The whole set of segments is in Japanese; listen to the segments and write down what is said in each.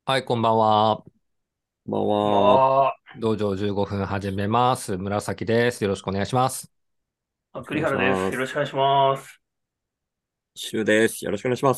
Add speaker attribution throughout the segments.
Speaker 1: はい、こんばんは。
Speaker 2: こんばんは。
Speaker 3: まあ、
Speaker 1: 道場15分始めます。紫です。よろしくお願いします。
Speaker 3: 栗
Speaker 2: お願いし
Speaker 3: 原です。よろ
Speaker 2: ます。
Speaker 3: しくお願いします。
Speaker 2: シュウです。よろしくお願いします。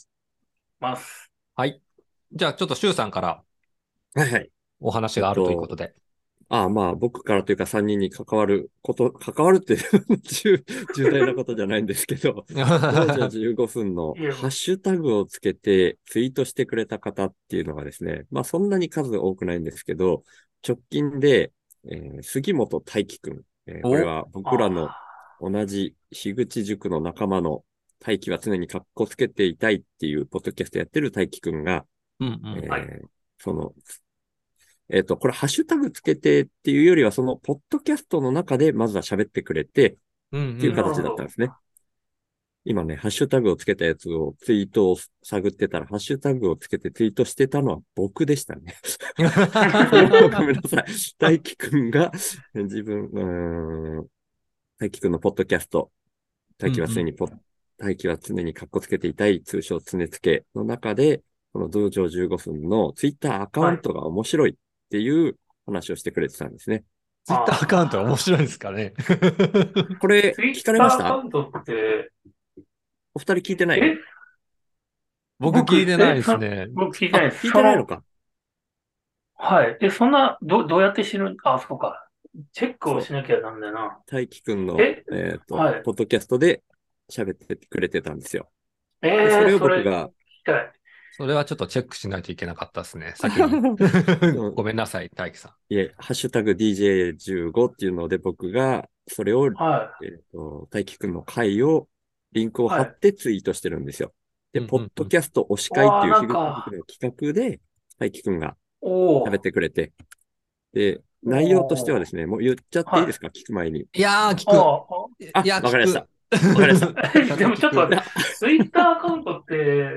Speaker 3: ます。
Speaker 1: はい。じゃあ、ちょっとシュウさんから
Speaker 2: はいはい。
Speaker 1: お話
Speaker 2: えっ
Speaker 1: があるというこ
Speaker 2: と、
Speaker 1: とで。
Speaker 2: まあ、僕からというか3人に関わるって重大なことじゃないんですけど、道場15分の
Speaker 3: いえ、
Speaker 2: ハッシュタグをつけてツイートしてくれた方っていうのがですね、まあ、そんなに数多くないんですけど、直近で、杉本大輝くん、これ
Speaker 1: お、
Speaker 2: は僕らの
Speaker 3: あ
Speaker 2: 同じ樋口塾の仲間の大輝は常に格好つけていたいっていうポッドキャストやってる大輝くんが、
Speaker 1: うんう
Speaker 2: え
Speaker 1: ん。
Speaker 3: はい。
Speaker 2: そのこれハッシュタグつけてっていうよりは、そのポッドキャストの中でまずは喋ってくれてっ
Speaker 1: うんうん。
Speaker 2: ていう形
Speaker 3: なるほど。
Speaker 2: だったんですね。今ね、ハッシュタグをつけたやつをツイートを探ってたら、ハッシュタグをつけてツイートしてたのは僕でしたね。ごめんなさい。大輝くんが自分、大輝くんのポッドキャスト、大輝は常
Speaker 1: うんうん。
Speaker 2: に大輝は常にカッコつけていたい通称常つけの中で、この道場15分のツイッターアカウ
Speaker 3: はい。
Speaker 2: ントが面白いっていう話をしてくれてたんですね。
Speaker 1: ツイッターアカウントは面
Speaker 3: あ
Speaker 1: 白いんですかね？
Speaker 2: これ、
Speaker 3: ツイッ
Speaker 2: 聞かれ
Speaker 3: ターアカ
Speaker 2: ました？
Speaker 3: ウントって、
Speaker 2: お二人聞いてない？
Speaker 3: え、
Speaker 1: 僕聞いてないです
Speaker 3: そ
Speaker 1: ね。
Speaker 3: 僕聞いてない
Speaker 2: あ、
Speaker 3: です。
Speaker 2: 聞いてないのか。
Speaker 3: はい。そんな、どうやって知る、そうか。チェックを
Speaker 2: そう。
Speaker 3: しなきゃなんだな。
Speaker 2: 大輝くんの、
Speaker 3: え、はい。
Speaker 2: ポッドキャストで喋っててくれてたんですよ。で、それを
Speaker 3: それ、聞
Speaker 2: 僕が、
Speaker 3: きたい。
Speaker 1: それはちょっとチェックしないといけなかったですね。先に。
Speaker 2: うん
Speaker 1: ごめんなさい、大樹さ
Speaker 2: ハッシュタグ DJ15 っていうので僕が、それを、
Speaker 3: は
Speaker 2: 大輝くんの回を、リンクを
Speaker 3: い。は
Speaker 2: 貼っ
Speaker 3: い。
Speaker 2: てツイートしてるんですよ。で、
Speaker 1: ん。うんうんうん。
Speaker 2: ポッドキャスト推し会っ
Speaker 3: わあ、
Speaker 2: ていう
Speaker 3: なんか、
Speaker 2: 樋口塾の企画で、大輝くんが喋っ
Speaker 3: おー、
Speaker 2: てくれて、で、内容としては
Speaker 3: おー、
Speaker 2: ですね、もう言っちゃっていい
Speaker 3: はい。
Speaker 2: ですか？聞く前に。
Speaker 1: いやー、聞く。
Speaker 3: あ
Speaker 1: いや、
Speaker 2: わかりました。
Speaker 1: 聞く。
Speaker 2: わかりました。
Speaker 3: で
Speaker 1: 必ず聞く。
Speaker 3: もちょっと待って、
Speaker 2: いや、
Speaker 3: ツイッターアカウントって、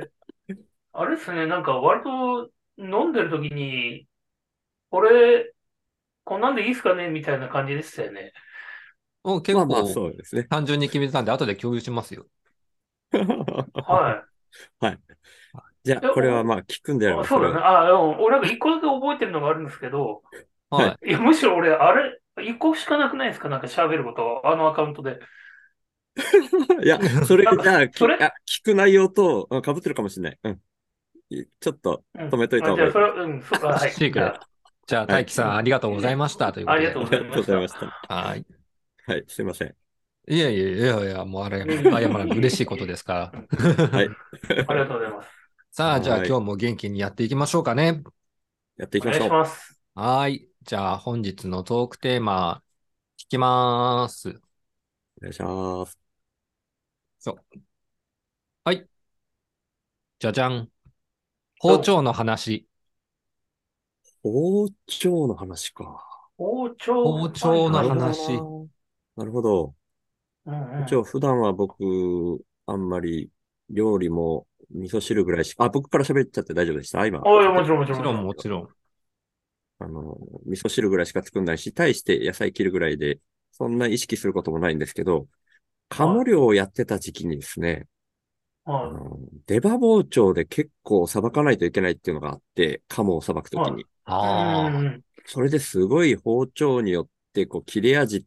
Speaker 3: あれですね、なんか割と飲んでる時に、これ、こんなんでいいっすかねみたいな感じでしたよね。
Speaker 1: もう結
Speaker 2: まあまあ、
Speaker 1: 構
Speaker 2: そうですね。
Speaker 1: 単純に決めてたんで、後で共有しますよ。
Speaker 3: は
Speaker 2: はい。じゃあ、
Speaker 3: い。
Speaker 2: これはまあ、聞くんであれば、
Speaker 3: そうだね。
Speaker 2: それを。
Speaker 3: 俺なんか一個だけ覚えてるのがあるんですけど、
Speaker 2: はい。
Speaker 1: はい。
Speaker 3: いや、むしろ俺、あれ、一個しかなくないですかなんか喋ること、あのアカウントで。
Speaker 2: いや、それ、
Speaker 3: なんか、
Speaker 2: じゃあ、
Speaker 3: それ
Speaker 2: 聞く内容と被ってるかもしれない。うん。ちょっと
Speaker 3: うん。
Speaker 2: 止めといた方
Speaker 3: じゃあ、
Speaker 2: がいいかも。
Speaker 3: はい。
Speaker 1: シークレット。
Speaker 3: じゃあ、
Speaker 1: じゃあ、
Speaker 2: はい。
Speaker 1: 大輝さん、ありがとうございました。ということで。
Speaker 3: ありがとうござ
Speaker 2: ありがとうご
Speaker 3: いました。
Speaker 2: ざいました。
Speaker 1: はい。
Speaker 2: はい。すいません。
Speaker 1: いやいやいやいや、もうあれ、
Speaker 3: いえいえい
Speaker 1: 謝らんで嬉しいこと
Speaker 3: えいえ
Speaker 1: ですか
Speaker 3: うん
Speaker 1: ら。
Speaker 2: はい。
Speaker 3: ありがとうございます。
Speaker 1: さあ、じゃあ
Speaker 2: はい。
Speaker 1: 今日も元気にやっていきましょうかね。
Speaker 2: やってい
Speaker 3: お願いし
Speaker 2: きましょ
Speaker 3: ます。
Speaker 1: はい。じゃあ、本日のトークテーマ、聞きます。
Speaker 2: う。お願いします。
Speaker 1: そう。はい。じゃじゃん。包
Speaker 3: と、
Speaker 1: 丁の話。
Speaker 2: 包丁の話か。
Speaker 3: 包丁、
Speaker 1: 包
Speaker 3: はい
Speaker 1: 丁の
Speaker 2: なるほ
Speaker 3: はいはい。
Speaker 1: 話。
Speaker 2: どな。なるほど。
Speaker 3: うんうん。
Speaker 2: 普段は僕、あんまり料理も味噌汁ぐらいしか、僕から喋っちゃって大丈夫でした今、
Speaker 3: いや、もちろん
Speaker 2: かける前。
Speaker 3: もちろんもちろん。
Speaker 1: もちろん。
Speaker 2: あの、味噌汁ぐらいしか作んないし、対して野菜切るぐらいで、そんな意識することもないんですけど、鴨
Speaker 3: は
Speaker 2: 漁をやってた時期にですね、
Speaker 3: い、は
Speaker 2: 出刃包丁で結構さばかないといけないっていうのがあって、鴨をさばく
Speaker 3: い、
Speaker 2: ときに。
Speaker 3: はい。う
Speaker 1: ああ。
Speaker 3: ん、
Speaker 2: それですごい包丁によって、こう、切れ味って、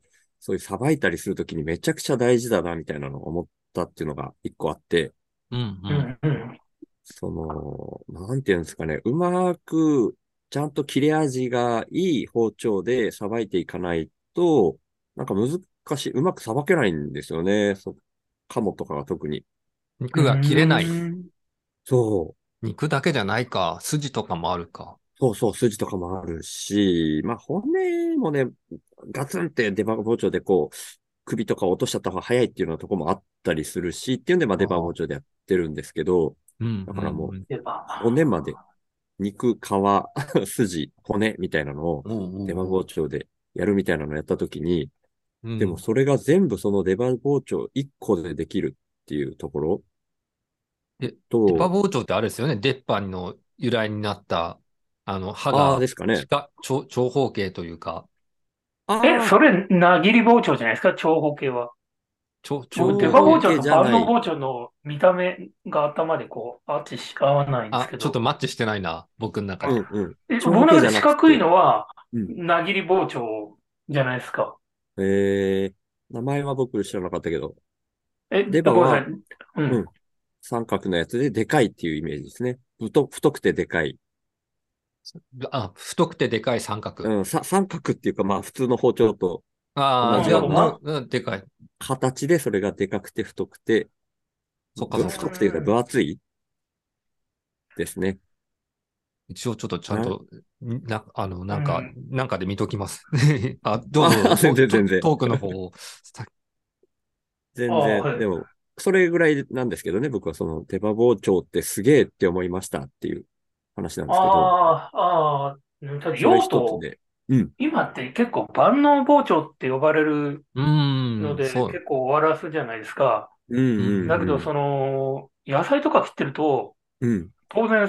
Speaker 2: そういうさばいたりするときにめちゃくちゃ大事だな、みたいなのを思ったっていうのが一個あって、
Speaker 1: うんうん。
Speaker 3: うん、うん。
Speaker 2: なんていうんですかね、うまく、ちゃんと切れ味がいい包丁でさばいていかないと、なんか難しい、うまくさばけないんですよね。鴨とかが特に。
Speaker 3: うー
Speaker 1: 肉が切れない。
Speaker 3: ん。
Speaker 2: そう。
Speaker 1: 肉だけじゃないか。筋とかもあるか。
Speaker 2: そうそう、筋とかもあるし、まあ骨もね、ガツンって出刃包丁でこう、首とか落としちゃった方が早いっていうようなところもあったりするし、っていうんで、まあ出刃包
Speaker 1: ああ。
Speaker 2: 丁でやってるんですけど、
Speaker 1: うんう
Speaker 2: だからもう、
Speaker 1: ん
Speaker 3: で、ま
Speaker 2: 骨まで肉、皮、筋、骨みたいなのを
Speaker 1: うん。おう
Speaker 2: 出刃
Speaker 1: おうおう。
Speaker 2: 包丁でやるみたいなのをやったときに、でも
Speaker 1: うん。
Speaker 2: それが全部その出刃包丁1個でできるっていうところ
Speaker 1: 出刃
Speaker 2: と、
Speaker 1: 包丁ってあれですよね。出っ歯の由来になった、刃が
Speaker 2: ですかね。
Speaker 1: 長方形というか。
Speaker 3: そ
Speaker 2: あ
Speaker 3: れ、なぎり包丁じゃないですか長方形は。 僕、出
Speaker 2: 長
Speaker 3: 刃包丁
Speaker 2: 方形
Speaker 3: と万能
Speaker 2: じゃない。
Speaker 3: 包丁の見た目が頭でこう、合わないんですけ
Speaker 1: ちょっと
Speaker 3: ど、
Speaker 1: マッチしてないな、僕の中で。
Speaker 2: うんうん。長
Speaker 3: 僕の中で
Speaker 2: 方形じゃ
Speaker 3: 四角い
Speaker 2: なくて。
Speaker 3: のは、
Speaker 2: うん。
Speaker 3: なぎり包丁じゃないですか。
Speaker 2: 名前は僕知らなかったけど。
Speaker 3: え、
Speaker 2: レバーは、
Speaker 3: ごめんなさい。うん。
Speaker 2: うん。三角のやつででかいっていうイメージですね。太くてでかい。
Speaker 1: 太くてでかい三角。
Speaker 2: うん、三角っていうか、まあ普通の包丁と同
Speaker 1: ああ、じゃあ、
Speaker 2: じような
Speaker 1: でかい。
Speaker 2: 形で、それがでかくて太くて、
Speaker 1: そっかそっか。
Speaker 2: 太くていうか分厚いですね。
Speaker 1: 一応ちょっとちゃん
Speaker 2: な、
Speaker 1: と、
Speaker 3: うん。
Speaker 1: なんかで見ときます。どうぞ、
Speaker 2: 全然全然。
Speaker 1: トークの方を。
Speaker 3: ああ、
Speaker 2: 全然。
Speaker 3: はい。
Speaker 2: でも、それぐらいなんですけどね、僕はその手羽包丁ってすげえって思いましたっていう話なんですけど、
Speaker 3: ああ、ああ、ただ
Speaker 2: それ
Speaker 3: 用途、
Speaker 2: 一つで。うん、
Speaker 3: 今って結構万能包丁って呼ばれる
Speaker 1: うーん、
Speaker 3: ので結構終わらすじゃないですか。
Speaker 2: うん、
Speaker 1: う
Speaker 2: うん、
Speaker 3: だけど、
Speaker 2: うん、
Speaker 3: 野菜とか切ってると、
Speaker 2: うん。
Speaker 3: 当然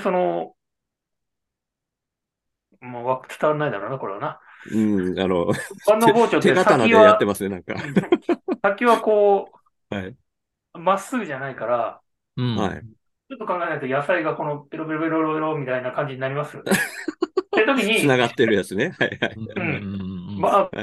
Speaker 3: もう伝わらないだろうな、これはな。
Speaker 2: うん、
Speaker 3: 万能包丁って
Speaker 2: 手刀でやって
Speaker 3: 先は、
Speaker 2: ますね、なんか。
Speaker 3: うん、先はこ
Speaker 2: はい。
Speaker 3: う、まっすぐじゃないから、
Speaker 1: ん。うん。
Speaker 2: はい。
Speaker 3: ちょっと考えないと野菜がこのペロペロペロペロペロみたいな感じになりますよね。って時に、
Speaker 2: つながってるやつね。はい、はい。
Speaker 1: うん。う
Speaker 3: うん。
Speaker 1: ん。
Speaker 3: まあ、
Speaker 2: はい。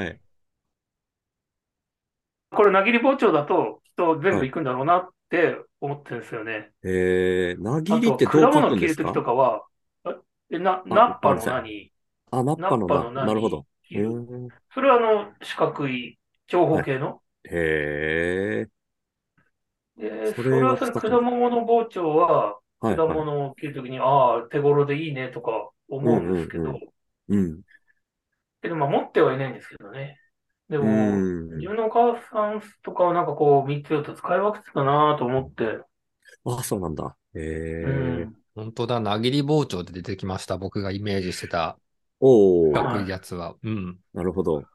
Speaker 3: これ、なぎり包丁だと、きっと全
Speaker 2: はい。
Speaker 3: 部いくんだろうなって思ってるんですよね。
Speaker 2: なぎ
Speaker 3: あと、
Speaker 2: りってどう書
Speaker 3: 果物を切るとき
Speaker 2: くんですか？
Speaker 3: とかは、
Speaker 2: あ、
Speaker 3: 菜っぱ
Speaker 2: ごめんなさい。
Speaker 3: の菜に、
Speaker 2: あ、ナッ
Speaker 3: 菜っぱの
Speaker 2: パのな。
Speaker 3: 菜に
Speaker 2: なるほど。う
Speaker 3: 切る。
Speaker 2: ーん。
Speaker 3: それは四角い長方
Speaker 2: はい。
Speaker 3: 形の。
Speaker 2: へえ。
Speaker 3: で、
Speaker 2: それが
Speaker 3: それ果
Speaker 2: 使ってんだ。
Speaker 3: 物の包丁は、果
Speaker 2: はい、はい。
Speaker 3: 物を切るときに、ああ、手頃でいいねとか思うん
Speaker 2: うん、うん、
Speaker 3: ですけど、
Speaker 2: うん。うん。
Speaker 3: まあ持ってはいないんですけどね。で
Speaker 2: う
Speaker 3: も、
Speaker 2: ーん。
Speaker 3: 自分のお母さんとかはなんかこう、3つ4つ使い分けてたなと思って、
Speaker 2: あ、そうなんだ。へ
Speaker 3: う
Speaker 2: え。
Speaker 3: ん。
Speaker 1: 本当だ、なぎり包丁で出てきました。僕がイメージしてた四
Speaker 2: おー。
Speaker 1: 角
Speaker 3: はい。
Speaker 1: いやつは。うん。
Speaker 2: なるほど。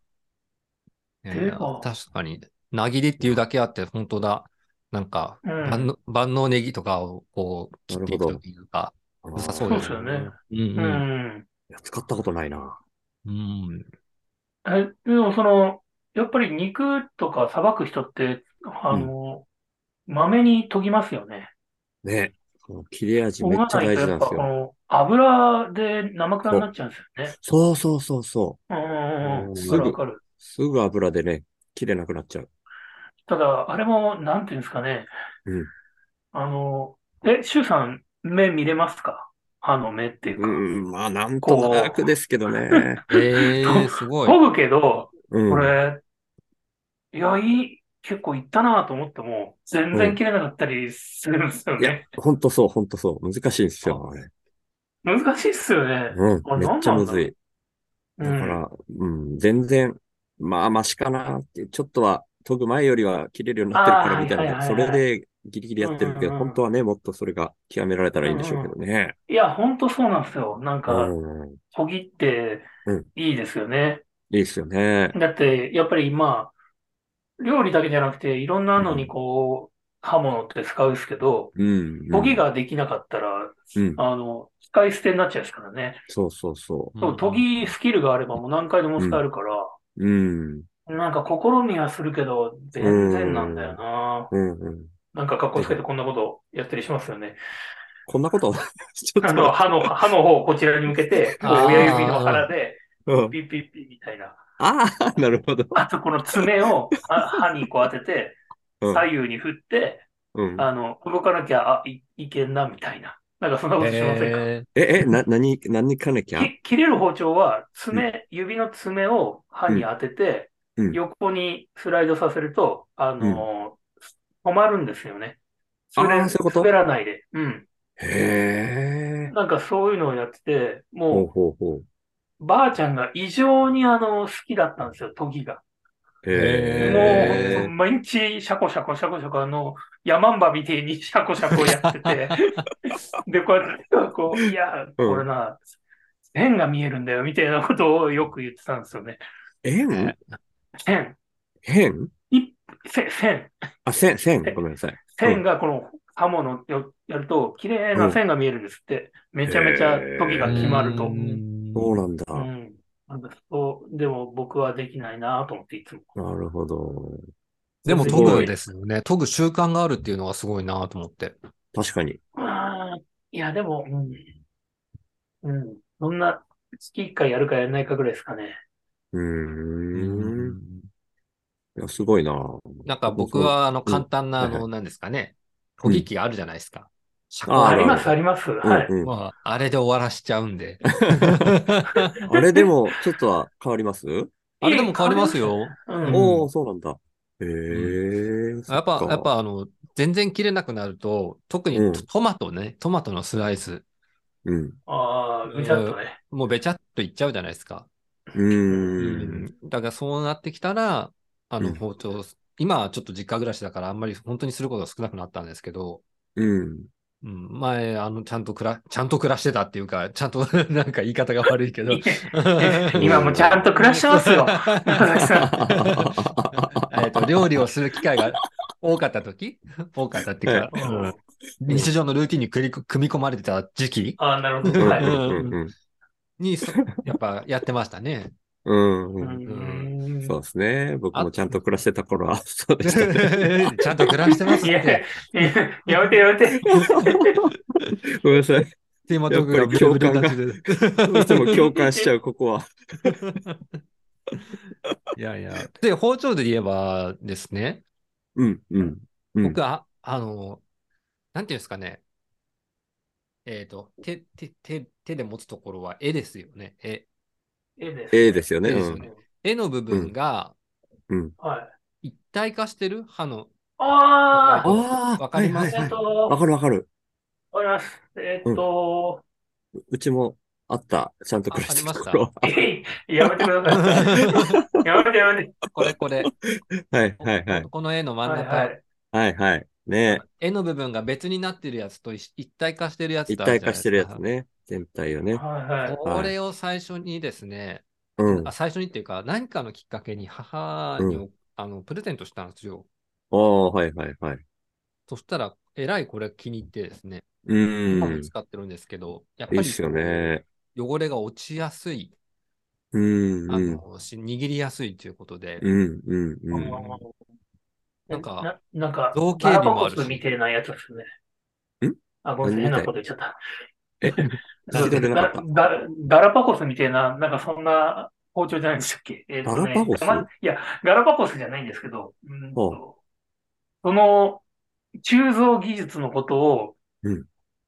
Speaker 1: 確かに、なぎりっていうだけあって、本当だ。なんか、
Speaker 3: うん。
Speaker 1: 万能ネギとかをこう、切っていくと
Speaker 2: なるほど。
Speaker 1: いうか、
Speaker 2: あ
Speaker 1: 良さそうですね。
Speaker 3: そうですよね。
Speaker 2: あ。
Speaker 1: うん
Speaker 3: う
Speaker 1: うん。
Speaker 3: ん。
Speaker 2: いや、使ったことないな。
Speaker 3: でもやっぱり肉とかさばく人って、
Speaker 2: うん。
Speaker 3: まめに研ぎますよね。
Speaker 2: ね。この切れ味
Speaker 3: 研が
Speaker 2: めっちゃ大
Speaker 3: ないとやっぱ
Speaker 2: 事なんですよ。
Speaker 3: 油で生臭にな
Speaker 2: そう。
Speaker 3: っちゃうんですよね。
Speaker 2: そうそうそうそ
Speaker 3: うんうんうん。
Speaker 2: う。
Speaker 3: わか
Speaker 2: すぐ、
Speaker 3: るわかる。
Speaker 2: すぐ油でね、切れなくなっちゃう。
Speaker 3: ただ、あれも、なんていうんですかね。
Speaker 2: うん。
Speaker 3: シュウさん、目見れますか？歯の目っていうか。
Speaker 2: まあ、なんとな
Speaker 3: こ
Speaker 2: くですけどね。
Speaker 1: すごい。
Speaker 3: 研ぐけど、
Speaker 2: うん。
Speaker 3: これ、いや、結構いったなと思っても、全
Speaker 2: うん。
Speaker 3: 然切れなかったりするんですよ
Speaker 2: いや、
Speaker 3: ね。
Speaker 2: ほんとそう、ほんとそう。難しいんです
Speaker 3: あ、
Speaker 2: よ、あれ。
Speaker 3: 難しいっすよね。
Speaker 2: うん。
Speaker 3: あ、
Speaker 2: めっ
Speaker 3: なんなんだろ
Speaker 2: ちゃむずい。
Speaker 3: う。うん。
Speaker 2: だから、うん、全然、まあ、マシかなって、ちょっとは、研ぐ前よりは切れるようになってる
Speaker 3: ああ、
Speaker 2: からみたいな、
Speaker 3: はいはいはい
Speaker 2: それ
Speaker 3: はい。
Speaker 2: でギリギリ
Speaker 3: うんう
Speaker 2: やってるけど、本
Speaker 3: んうん。
Speaker 2: 当はね、もっとそれが極められたら
Speaker 3: う
Speaker 2: いいんでしょうけ
Speaker 3: んうん。
Speaker 2: どね。
Speaker 3: いや、ほんとそうなんですよ。なん
Speaker 2: う
Speaker 3: か、
Speaker 2: ん。
Speaker 3: 研ぎって
Speaker 2: うん。
Speaker 3: いいですよね。
Speaker 2: いいですよね。
Speaker 3: だって、やっぱりまあ、料理だけじゃなくて、いろんなのに
Speaker 2: うん。
Speaker 3: こう、刃物って使うんですけど、
Speaker 2: うん。う
Speaker 3: 研ぎ
Speaker 2: ん。
Speaker 3: ができなかったら、
Speaker 2: うん。
Speaker 3: 使い捨てになっちゃうですからね。
Speaker 2: そうそうそ
Speaker 1: うんう
Speaker 3: そう、研
Speaker 1: んうん。
Speaker 3: ぎスキルがあればもう何回でも
Speaker 2: う。うん。
Speaker 3: 使えるから、
Speaker 2: うん。
Speaker 3: なんか試みはするけど、
Speaker 2: う
Speaker 3: 全然なんだよ
Speaker 2: ん。
Speaker 3: な。
Speaker 2: うん。うん。
Speaker 3: なんか格好
Speaker 2: でも、
Speaker 3: つけてこんなことやったりしますよね。
Speaker 2: こんなことちょっと待って。
Speaker 3: 歯の方をこちらに向けて、こう親指の腹
Speaker 1: あ
Speaker 3: で、
Speaker 2: うん。
Speaker 3: ピッピッピッみたいな。
Speaker 2: ああ、なるほど。
Speaker 3: あとこの爪を歯にこう当てて、
Speaker 2: うん。
Speaker 3: 左右に振って、
Speaker 2: うん。
Speaker 3: 動かなきゃ、いけんな、みたいな。なんかそんな
Speaker 1: あ、
Speaker 3: ことしませんか？
Speaker 2: 何かなきゃ？
Speaker 3: 切れる包丁は
Speaker 2: うん。
Speaker 3: 指の爪を歯
Speaker 2: うん。
Speaker 3: に当てて、
Speaker 2: うん。
Speaker 3: 横にスライドさせると、
Speaker 2: うん。
Speaker 3: 止まるんですよね。
Speaker 2: ああ、そういうこ
Speaker 3: 滑
Speaker 2: と？
Speaker 3: らないで。うん。
Speaker 2: へえ。
Speaker 3: なんかそういうのをやってて、
Speaker 2: ほう
Speaker 3: も
Speaker 2: ほうほう。
Speaker 3: う、ばあちゃんが異常に好きだったんですよ、研ぎが。
Speaker 2: へ
Speaker 3: もう、
Speaker 2: え。
Speaker 3: 毎日、シャコシャコシャコシャコ、ヤマンバみてえにシャコシャコやってて、で、こうやって、こう、いや、
Speaker 2: うん。
Speaker 3: これな、線が見えるんだよ、みたいなことをよく言ってたんですよね。
Speaker 2: 円
Speaker 3: 線、
Speaker 2: 変
Speaker 3: い、線、
Speaker 2: あ、線。ご
Speaker 3: 線
Speaker 2: めんなさい。うん。
Speaker 3: 線がこの刃物をやると、綺麗
Speaker 2: うん。
Speaker 3: な線が見えるんですって。め
Speaker 2: へ
Speaker 3: ちゃめちゃ時
Speaker 1: う
Speaker 3: が決まる
Speaker 2: え。
Speaker 3: と。
Speaker 1: ー
Speaker 2: そう
Speaker 1: ん。
Speaker 2: なんだ。
Speaker 3: うん。なんかでも僕はできないなと思っていつも。
Speaker 2: なるほど。
Speaker 1: でも
Speaker 2: すごい
Speaker 1: 研ぐですよね。研ぐ習慣があるっていうのがすごいなと思って。
Speaker 2: 確かに。
Speaker 3: いや、でも、そんな、月1回やるかやらないかぐらいですかね。
Speaker 2: う
Speaker 1: う
Speaker 2: ーん。
Speaker 1: ん。
Speaker 2: いや、すごいな。
Speaker 1: なんか
Speaker 2: 僕もその、
Speaker 1: 僕は
Speaker 2: うん。
Speaker 1: 簡単な
Speaker 2: はいはい。
Speaker 1: なんですかね。研
Speaker 2: うん。
Speaker 1: ぎ器あるじゃないですか。遮
Speaker 2: あ、あ
Speaker 1: 光器
Speaker 2: るある。
Speaker 3: あります、あります。はい。
Speaker 2: うんうん。
Speaker 1: まあ、あれで終わらしちゃうんで。
Speaker 2: あれでも、ちょっとは変わります？
Speaker 1: あれで
Speaker 3: いえ、変
Speaker 1: も変わり
Speaker 3: わりますね。
Speaker 1: ますよ。
Speaker 3: うん。
Speaker 2: おー、
Speaker 1: うん。
Speaker 2: そうなんだ。へ
Speaker 1: うん。
Speaker 2: え、そっ
Speaker 1: やっぱ
Speaker 2: か。
Speaker 1: 全然切れなくなると、特に
Speaker 2: うん、
Speaker 1: トマトね、トマトのスライス、
Speaker 2: うん、
Speaker 3: ああ、ぐちゃっと
Speaker 1: うん、
Speaker 3: ね。
Speaker 1: もうべちゃっといっちゃうじゃないですか。
Speaker 2: う
Speaker 3: うん。
Speaker 1: う
Speaker 2: ーん、
Speaker 1: ん。だからそうなってきたら、
Speaker 2: うん、
Speaker 1: 包丁、今はちょっと実家暮らしだからあんまり本当にすることが少なくなったんですけど、
Speaker 2: うん。
Speaker 1: うん、前、ちゃんと暮らしてたっていうか、ちゃんとなんか言い方が悪いけど、
Speaker 3: 今もちゃんと暮らしてますよ。山崎さん。
Speaker 1: 料理をする機会が多かった時多かったっていう
Speaker 2: はい。
Speaker 1: か、
Speaker 3: うん。
Speaker 2: うん、
Speaker 1: 日常のルーティンに組み込まれてた時期
Speaker 3: ああ、なるほど。
Speaker 2: うん、
Speaker 3: はい。
Speaker 2: うん、うん、うん。
Speaker 1: にやっぱやってましたね。
Speaker 2: うん、
Speaker 3: う
Speaker 2: うん。
Speaker 1: うん。
Speaker 3: ん。
Speaker 2: そうですね。僕も
Speaker 1: あ、
Speaker 2: ちゃんと暮らしてた頃は、そうでしたね。
Speaker 1: ちゃんと暮らしてま
Speaker 3: いや、
Speaker 1: すって。
Speaker 3: やめてやめて。
Speaker 2: ごめんなさい。
Speaker 1: テーマトーク
Speaker 2: やっぱり
Speaker 1: がブレブレ
Speaker 2: 共感が、
Speaker 1: 立ちで。
Speaker 2: どうしても共感しちゃう、ここは。
Speaker 1: いやいや。で、包丁で言えばですね、
Speaker 2: うん、うん、うん。
Speaker 1: 僕は、なんていうんですかね、手で持つところは絵ですよね。
Speaker 3: 絵ですね。
Speaker 2: A ですよね。うん、
Speaker 1: 絵ですよね。絵の部
Speaker 2: うん、
Speaker 1: 分が
Speaker 2: うん。
Speaker 3: はい。
Speaker 1: 一体化してる刃の素材
Speaker 3: あ
Speaker 1: と、
Speaker 2: ああ、
Speaker 1: わか
Speaker 2: はい
Speaker 1: ります？
Speaker 2: はいはい。わかるわかる。
Speaker 3: わかります。
Speaker 2: うん。うちもあった。ちゃんと暮ら
Speaker 1: あ
Speaker 2: し
Speaker 1: りました。
Speaker 2: てた頃は。
Speaker 3: やめてください。やめてやめて。
Speaker 1: これ。
Speaker 2: はいはいはい。
Speaker 1: この絵の真ん中、
Speaker 3: はいはい。
Speaker 2: はいはい。ね。
Speaker 1: 絵の部分が別になってるやつと一体化してるやつ
Speaker 2: 一
Speaker 1: とあるじゃ
Speaker 2: 体化してるやつ
Speaker 1: ないですか。
Speaker 2: ね。全体をね。
Speaker 3: はいはい。
Speaker 1: こ
Speaker 2: はい。
Speaker 1: れを最初にですね、
Speaker 2: うん。
Speaker 1: 最初にっていうか、何かのきっかけに母に
Speaker 2: うん。
Speaker 1: プレゼントしたんですよ。
Speaker 2: ああ、はいはいはい。
Speaker 1: そしたら、えらいこれ気に入ってですね、
Speaker 2: う
Speaker 1: 今も
Speaker 2: ん。
Speaker 1: 使ってるんですけど、やっぱり
Speaker 2: いいっすよね。
Speaker 1: 汚れが落ちやすい、
Speaker 2: うん、うん。
Speaker 1: 握りやすいということで、
Speaker 2: うん、うん、
Speaker 3: あ
Speaker 2: うん。
Speaker 1: うん、なんか、
Speaker 3: なんか、
Speaker 1: 造形美
Speaker 3: ガラパゴ
Speaker 1: もあるし、
Speaker 3: スみたいなやつですね。
Speaker 2: ん
Speaker 3: あ、ごめんなさい、変な
Speaker 2: 何みたい？
Speaker 3: こと言っちゃった。
Speaker 2: え聞き
Speaker 3: なんか
Speaker 2: 取れなかった。
Speaker 3: ガラパゴスみたいな、なんかそんな包丁じゃないんでしたっけ？
Speaker 2: ガラパゴス？
Speaker 3: いや、ガラパゴスじゃないんですけど、
Speaker 2: はあ、
Speaker 3: その鋳造技術のことを、
Speaker 2: うん。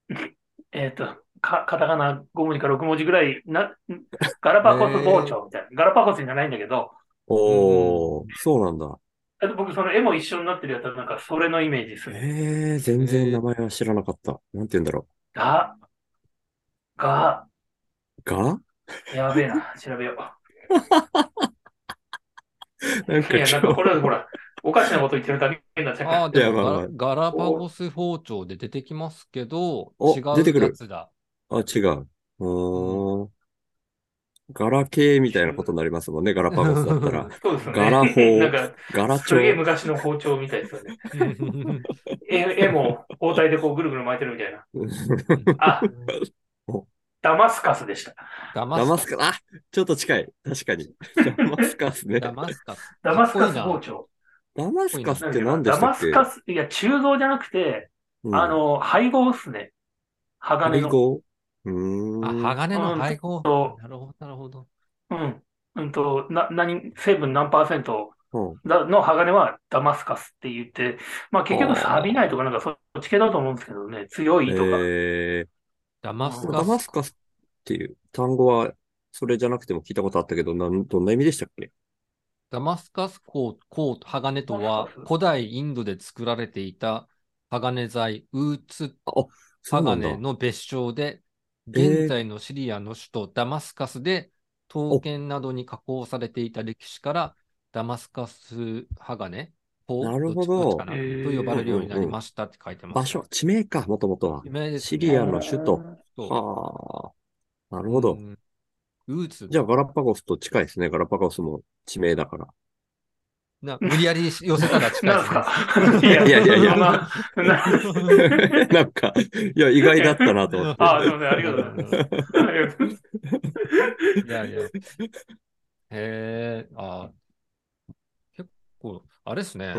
Speaker 3: カタカナ5文字か6文字ぐらいガラパゴス包
Speaker 1: え
Speaker 3: 丁みたいな。ガラパゴスじゃないんだけど、
Speaker 1: ー、う
Speaker 2: おー、
Speaker 1: ん、
Speaker 2: そうなんだ。
Speaker 3: あと僕その絵も一緒になってるやつはなんかそれのイメージですね。
Speaker 2: 全然名
Speaker 1: え
Speaker 2: 前は知らなかった。なんて言うんだろ
Speaker 3: が、が、
Speaker 2: う。が
Speaker 3: やべえな。調べよ
Speaker 2: なん
Speaker 3: う。いや、なんか
Speaker 2: か今日
Speaker 3: これほら、おかしなこと言ってるだけになっちゃうから。
Speaker 2: いや、
Speaker 1: でも
Speaker 2: まあまあ。
Speaker 1: ガラパゴ
Speaker 3: お、
Speaker 1: ス包丁で出てきますけど、違
Speaker 2: お、出て
Speaker 1: う
Speaker 2: くる。
Speaker 1: やつだ。
Speaker 2: あ、違う。
Speaker 1: うん。
Speaker 2: ガラケーみたいなこと
Speaker 3: 中、
Speaker 2: になりますもんね。ガラパゴスだったら。
Speaker 3: そうですよ
Speaker 2: ガラ
Speaker 3: ね。な
Speaker 2: 法、
Speaker 3: んか、
Speaker 2: ガラ
Speaker 3: すげえ
Speaker 2: 帳。
Speaker 3: 昔の包丁みたいですよね。絵も包帯でこうぐるぐる巻いてるみたいな。あ、
Speaker 2: お
Speaker 3: ダマスカスでした。
Speaker 1: ダマ
Speaker 2: ダマスカス、
Speaker 1: スカス。
Speaker 2: あ、ちょっと近い。確かに。ダマスカスね。
Speaker 1: ダマスカス。かっ
Speaker 3: ダマスカ
Speaker 1: こいいな。かっ
Speaker 3: ス包丁。
Speaker 2: ダマス
Speaker 1: こいいな。
Speaker 2: カスって何で
Speaker 3: なんだっけな。ダ
Speaker 2: したっけ？
Speaker 3: マスカス、いや、鋳造じゃなくて、
Speaker 2: うん。
Speaker 3: 配合っすね。鋼の。
Speaker 2: 配合？
Speaker 1: あ、
Speaker 2: ん。
Speaker 1: 鋼の
Speaker 3: うん
Speaker 1: 配合。
Speaker 3: と、
Speaker 1: なるほど、なるほど。
Speaker 3: うん。成分何パーセント
Speaker 2: うん。
Speaker 3: の鋼はダマスカスって言って、まあ結局錆びないとか
Speaker 2: は
Speaker 3: なんかそっち系だと思うんですけどね。強
Speaker 2: あ。
Speaker 3: いとか。
Speaker 1: ダマス
Speaker 3: うん。
Speaker 2: ダ
Speaker 1: カス。
Speaker 2: マスカスっていう単語は、それじゃなくても聞いたことあったけど、どんな意味でしたっけ？
Speaker 1: ダマスカス鋼
Speaker 3: ダ
Speaker 1: とは、
Speaker 3: マスカス。
Speaker 1: 古代インドで作られていた鋼材、ウーツ
Speaker 2: あ、そうなんだ。
Speaker 1: 鋼の別称で、
Speaker 2: え
Speaker 1: 現
Speaker 2: ー、
Speaker 1: 在のシリアの首都ダマスカスで刀
Speaker 2: お、
Speaker 1: 剣などに加工されていた歴史から、ダマスカス鋼
Speaker 2: なるほど。
Speaker 1: どっちかなと呼ば
Speaker 2: うん
Speaker 1: れるようになり
Speaker 2: うんうん。
Speaker 1: ましたって書いてます。
Speaker 2: 場所、地名か、もともとは。
Speaker 1: 有名です
Speaker 2: シリア
Speaker 1: ね。
Speaker 2: の首都。
Speaker 1: そ
Speaker 2: はあ、なる
Speaker 1: う。う
Speaker 2: ほど。
Speaker 1: ん。ウーツ。
Speaker 2: じゃあ、ガラパゴスと近いですね。ガラパゴスも地名だから。
Speaker 1: 無理やり寄せたら近いですね。
Speaker 3: なんすか？いや、
Speaker 2: いやいやいや。なんか、いや、意外だったなと思って。
Speaker 3: あ、すみません。ありがとうございます。ありがとうございます。
Speaker 1: いやいや。へえ、結構、あれですね。
Speaker 2: うん。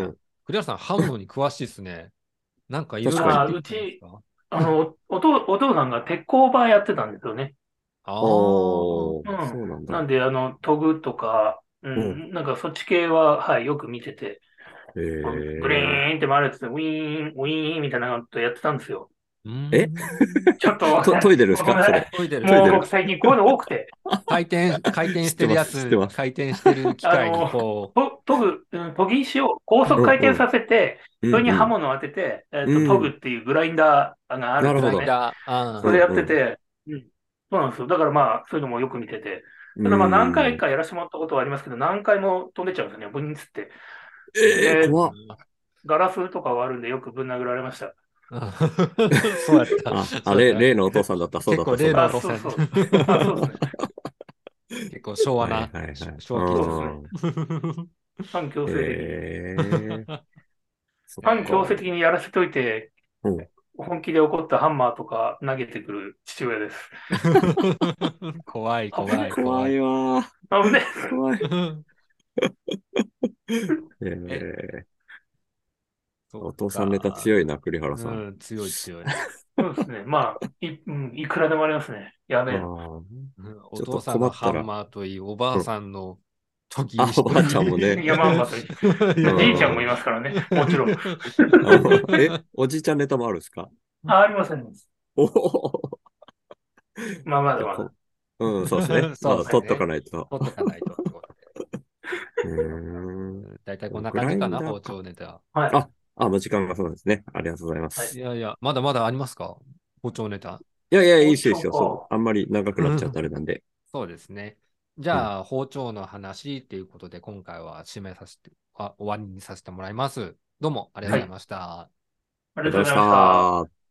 Speaker 1: 栗原さん、ハムに詳しいですね。なんかいろいろ
Speaker 2: 確かに
Speaker 1: 聞いてきたんですか？
Speaker 3: お父さんが鉄工場やってたんですよね。
Speaker 1: ああ
Speaker 2: おー、
Speaker 3: うん。
Speaker 2: そうなんだ。
Speaker 3: なんで、トグとか、
Speaker 2: うん。
Speaker 3: なんかそっち系は、はい、よく見てて、
Speaker 2: え
Speaker 3: グリ
Speaker 2: ー、
Speaker 3: ーンって回るやつで、ウィーン、ウィーンみたいなことやってたんですよ。
Speaker 1: うー
Speaker 2: え
Speaker 1: ん。
Speaker 3: ちょっと、
Speaker 2: 研いでるんです
Speaker 3: ごめんなさい。
Speaker 2: かそれ？
Speaker 1: 研いでる。
Speaker 2: 研いでる。
Speaker 3: もう僕最近こういうの多くて、
Speaker 1: 回転して
Speaker 2: 知ってます、知って
Speaker 1: るやつ、
Speaker 2: ます。
Speaker 1: 回転してる機械にこ
Speaker 3: 研ぎ石を高速回転
Speaker 2: うんうん。
Speaker 3: させて、それに
Speaker 2: うんうん。
Speaker 3: 刃物を当てて、研ぐ
Speaker 2: うん。
Speaker 3: っていうグラインダーがある
Speaker 1: う、グ
Speaker 3: んですよね。
Speaker 1: ラインダー。あ
Speaker 3: それやっ
Speaker 2: うんうん。
Speaker 3: てて、そうなんですよ。だからまあ、そういうのもよく見てて。
Speaker 2: う
Speaker 3: ただまあ、何回
Speaker 2: ん。
Speaker 3: かやらせてもらったことはありますけど、何回も飛んでっちゃうんですよね。ブニンつって。で、
Speaker 2: 怖っ。
Speaker 1: ー、
Speaker 3: ガラスとかはあるんで、よくぶん殴られました。
Speaker 1: そうやった。
Speaker 2: あ、あれ、
Speaker 1: そうやった。
Speaker 2: 例のお父さんだった、そうだった、そう
Speaker 1: 結構例
Speaker 2: だった。
Speaker 1: のお父さん。
Speaker 3: そうそう。あ、そうですね。
Speaker 1: 結構昭和
Speaker 2: はい
Speaker 1: な、
Speaker 2: はいはい。
Speaker 1: 昭和基準。
Speaker 3: そうですね。
Speaker 2: うん。
Speaker 3: 反強制的に。
Speaker 2: そっ
Speaker 3: 反強制
Speaker 2: か。
Speaker 3: 的にやらせといて、
Speaker 2: うん。
Speaker 3: 本気で怒ったハンマーとか投げてくる父親です。
Speaker 1: 怖い、
Speaker 3: 危ね。
Speaker 1: 怖い、怖い。
Speaker 2: 怖いわ
Speaker 3: 危ね。
Speaker 2: ー。怖い。
Speaker 1: え、そ
Speaker 2: お
Speaker 1: っ
Speaker 2: 父さんネタ
Speaker 1: か。
Speaker 2: 強いな、栗原さん。
Speaker 1: うん、強い、強い。
Speaker 3: そうですね。まあ、いくらでもありますね。やべえな。
Speaker 2: ああ、
Speaker 1: うん、お
Speaker 2: ちょっと
Speaker 1: 父さんのハン
Speaker 2: 困ったら。
Speaker 1: マーといい、おばあ
Speaker 2: うん。
Speaker 1: さんの研ぎ
Speaker 2: あ、お
Speaker 1: 石とい
Speaker 2: ばあちゃんもね。
Speaker 1: い。
Speaker 3: 山んばといい。
Speaker 2: う
Speaker 3: じいちゃんもい
Speaker 2: ん。
Speaker 3: ますからね。もちろん。
Speaker 2: おじいちゃんネタもあるんですか？
Speaker 3: ありません。
Speaker 2: おお
Speaker 3: まあ、ま
Speaker 2: じゃあ
Speaker 3: だまだ。
Speaker 2: うん、そうですね。
Speaker 1: そう
Speaker 2: まだ取っとか
Speaker 1: ですね。
Speaker 2: ないと。
Speaker 1: 取っとかないとってこと
Speaker 2: うーん。
Speaker 1: で。だいたいこんな
Speaker 2: グライ
Speaker 1: 感じかな、包
Speaker 2: ンダーか。
Speaker 1: 丁ネタ。
Speaker 3: はい。
Speaker 2: あ、もう時間がそうですね。ありがとうございま
Speaker 3: はい。
Speaker 2: す。
Speaker 1: いやいや、まだまだありますか？包丁ネタ。
Speaker 2: いやいや、いい
Speaker 3: 包
Speaker 2: ですよ、いいですよ。そう、
Speaker 3: 丁か。
Speaker 2: あんまり長くなっちゃうとあれなんで。
Speaker 1: そうですね。じ
Speaker 2: うん。
Speaker 1: ゃあ、包丁の話っていうことで、今回は締めさせて、終わりにさせてもらいます。どうもありがと
Speaker 3: はい。
Speaker 1: うございました。
Speaker 2: ありがとうござい
Speaker 3: ありがとうございました。
Speaker 2: ました。